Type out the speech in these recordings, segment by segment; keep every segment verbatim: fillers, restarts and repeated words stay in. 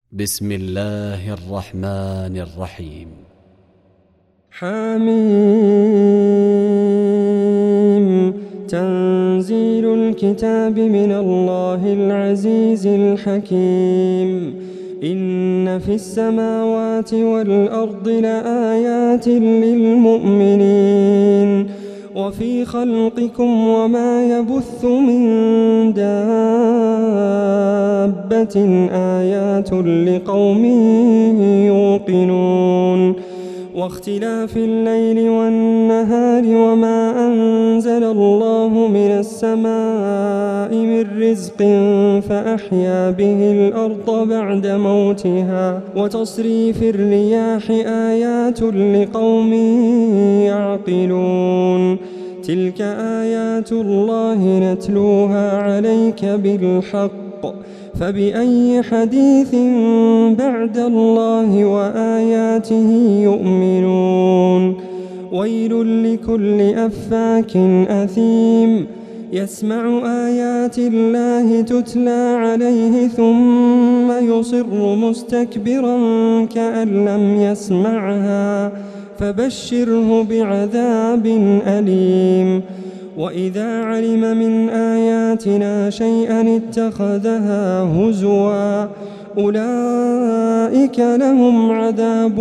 بسم الله الرحمن الرحيم. حميم. تنزيل الكتاب من الله العزيز الحكيم. إن في السماوات والأرض لآيات للمؤمنين وفي خلقكم وما يبث من دابة آيات لقوم يوقنون. واختلاف الليل والنهار وما أنزل الله من السماء من رزق فأحيا به الأرض بعد موتها وتصريف الرياح آيات لقوم يعقلون. تلك آيات الله نتلوها عليك بالحق فبأي حديث بعد الله وآياته يؤمنون. ويل لكل أفاك أثيم يسمع آيات الله تتلى عليه ثم يصر مستكبرا كأن لم يسمعها فبشره بعذاب أليم. وإذا علم من آياتنا شيئا اتخذها هزوا أولئك لهم عذاب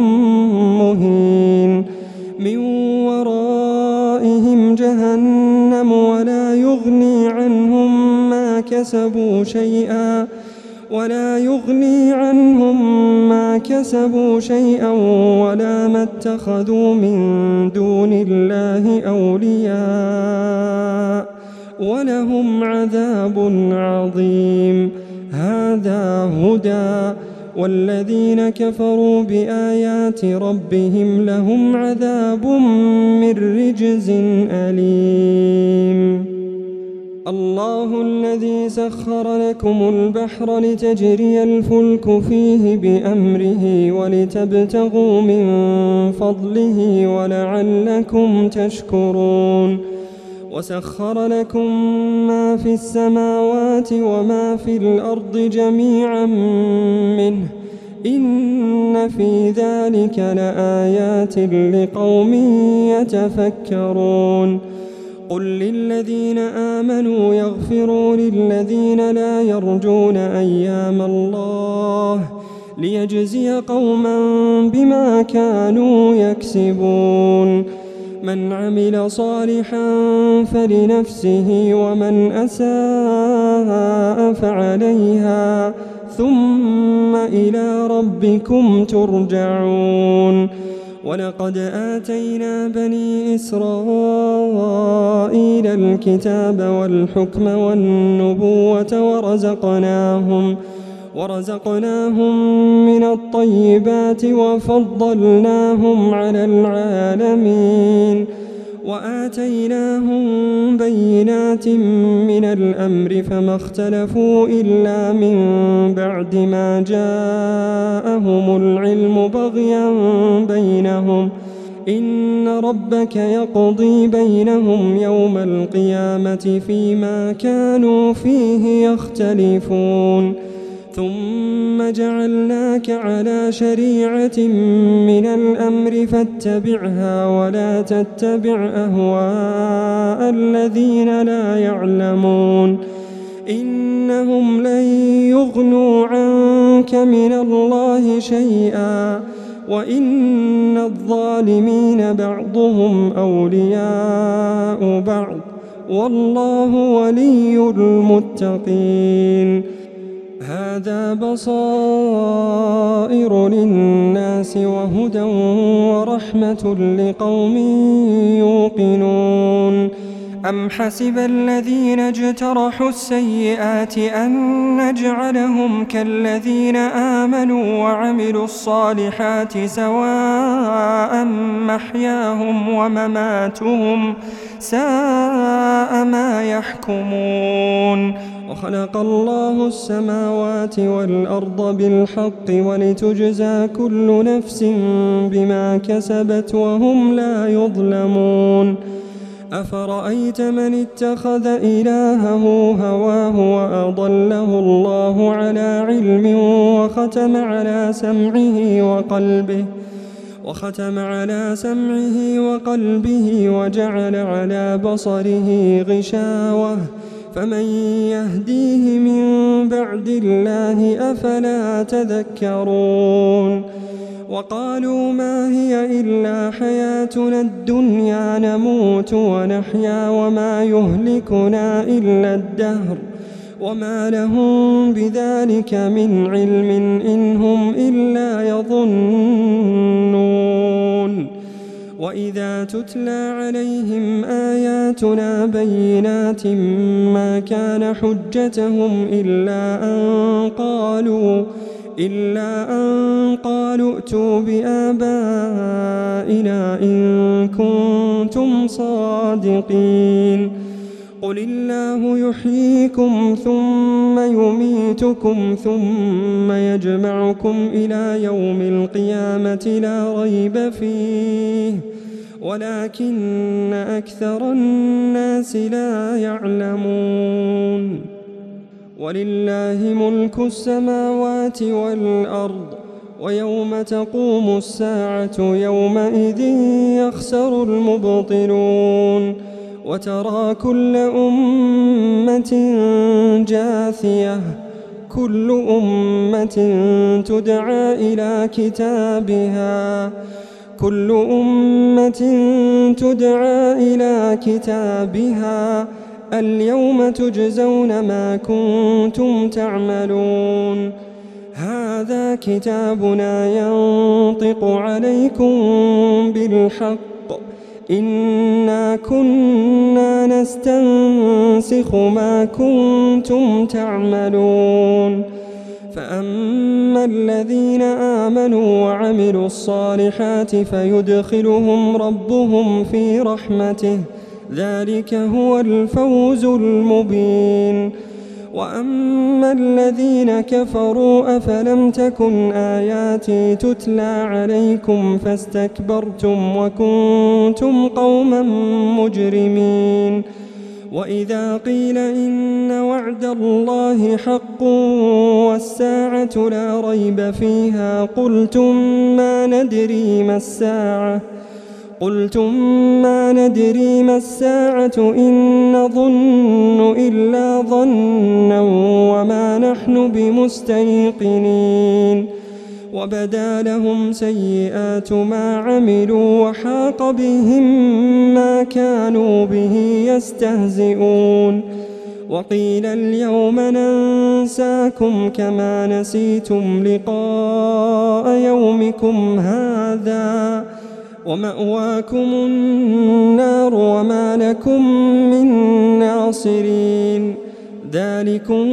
مهين. من ورائهم جهنم ولا يغني عنهم ما كسبوا شيئا ولا يغني عنهم ما كسبوا شيئا ولا ما اتخذوا من دون الله أولياء ولهم عذاب عظيم. هذا هدى والذين كفروا بآيات ربهم لهم عذاب من رجز أليم. الله الذي سخر لكم البحر لتجري الفلك فيه بأمره ولتبتغوا من فضله ولعلكم تشكرون. وسخر لكم ما في السماوات وما في الأرض جميعا منه إن في ذلك لآيات لقوم يتفكرون. قل للذين آمنوا يغفروا للذين لا يرجون أيام الله ليجزي قوما بما كانوا يكسبون. من عمل صالحا فلنفسه ومن أساء فعليها ثم إلى ربكم ترجعون. ولقد آتينا بني إسرائيل الكتاب والحكم والنبوة ورزقناهم ورزقناهم من الطيبات وفضلناهم على العالمين وآتيناهم بينات من الأمر فما اختلفوا إلا من بعد ما جاءهم العلم بغيا بينهم إن ربك يقضي بينهم يوم القيامة فيما كانوا فيه يختلفون. ثم جعلناك على شريعة من الأمر فاتبعها ولا تتبع أهواء الذين لا يعلمون إنهم لن يغنوا عنك من الله شيئا وإن الظالمين بعضهم أولياء بعض والله ولي المتقين. هذا بصائر للناس وهدى ورحمة لقوم يوقنون. أم حسب الذين اجترحوا السيئات أن نجعلهم كالذين آمنوا وعملوا الصالحات سواء محياهم ومماتهم ساء ما يحكمون. وخلق الله السماوات والأرض بالحق ولتجزى كل نفس بما كسبت وهم لا يظلمون. أفرأيت من اتخذ إلهه هواه وأضله الله على علم وختم على سمعه وقلبه وختم على سمعه وقلبه وجعل على بصره غشاوة فمن يهديه من بعد الله أفلا تذكرون وقالوا ما هي إلا حياتنا الدنيا نموت ونحيا وما يهلكنا إلا الدهر وما لهم بذلك من علم إن هم إلا يظنون وإذا تتلى عليهم آياتنا بينات ما كان حجتهم إلا أن قالوا إلا أن قالوا ائتوا بآبائنا إن كنتم صادقين قل الله يحييكم ثم يميتكم ثم يجمعكم إلى يوم القيامة لا ريب فيه ولكن أكثر الناس لا يعلمون ولله ملك السماوات والأرض ويوم تقوم الساعة يومئذ يخسر المبطلون وترى كل أمة جاثية كل أمة تدعى إلى كتابها كل أمة تدعى إلى كتابها اليوم تجزون ما كنتم تعملون هذا كتابنا ينطق عليكم بالحق إنا كنا نستنسخ ما كنتم تعملون فأما الذين آمنوا وعملوا الصالحات فيدخلهم ربهم في رحمته ذلك هو الفوز المبين وأما الذين كفروا أفلم تكن آياتي تتلى عليكم فاستكبرتم وكنتم قوما مجرمين وإذا قيل إن وعد الله حق والساعة لا ريب فيها قلتم ما ندري ما الساعة قلتم ما ندري ما الساعة إن نظن إلا ظنا وما نحن بمستيقنين وبدا لهم سيئات ما عملوا وحاق بهم ما كانوا به يستهزئون وقيل اليوم ننساكم كما نسيتم لقاء يومكم هذا ومأواكم النار وما لكم من ناصرين ذلكم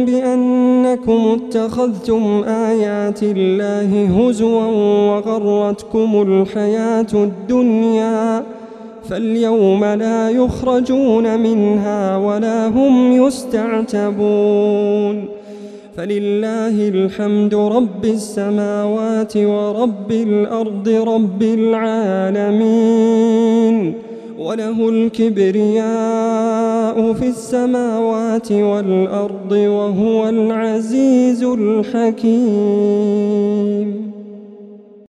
بأنكم اتخذتم آيات الله هزوا وغرتكم الحياة الدنيا فاليوم لا يخرجون منها ولا هم يستعتبون فلله الحمد رب السماوات ورب الأرض رب العالمين وله الكبرياء في السماوات والأرض وهو العزيز الحكيم.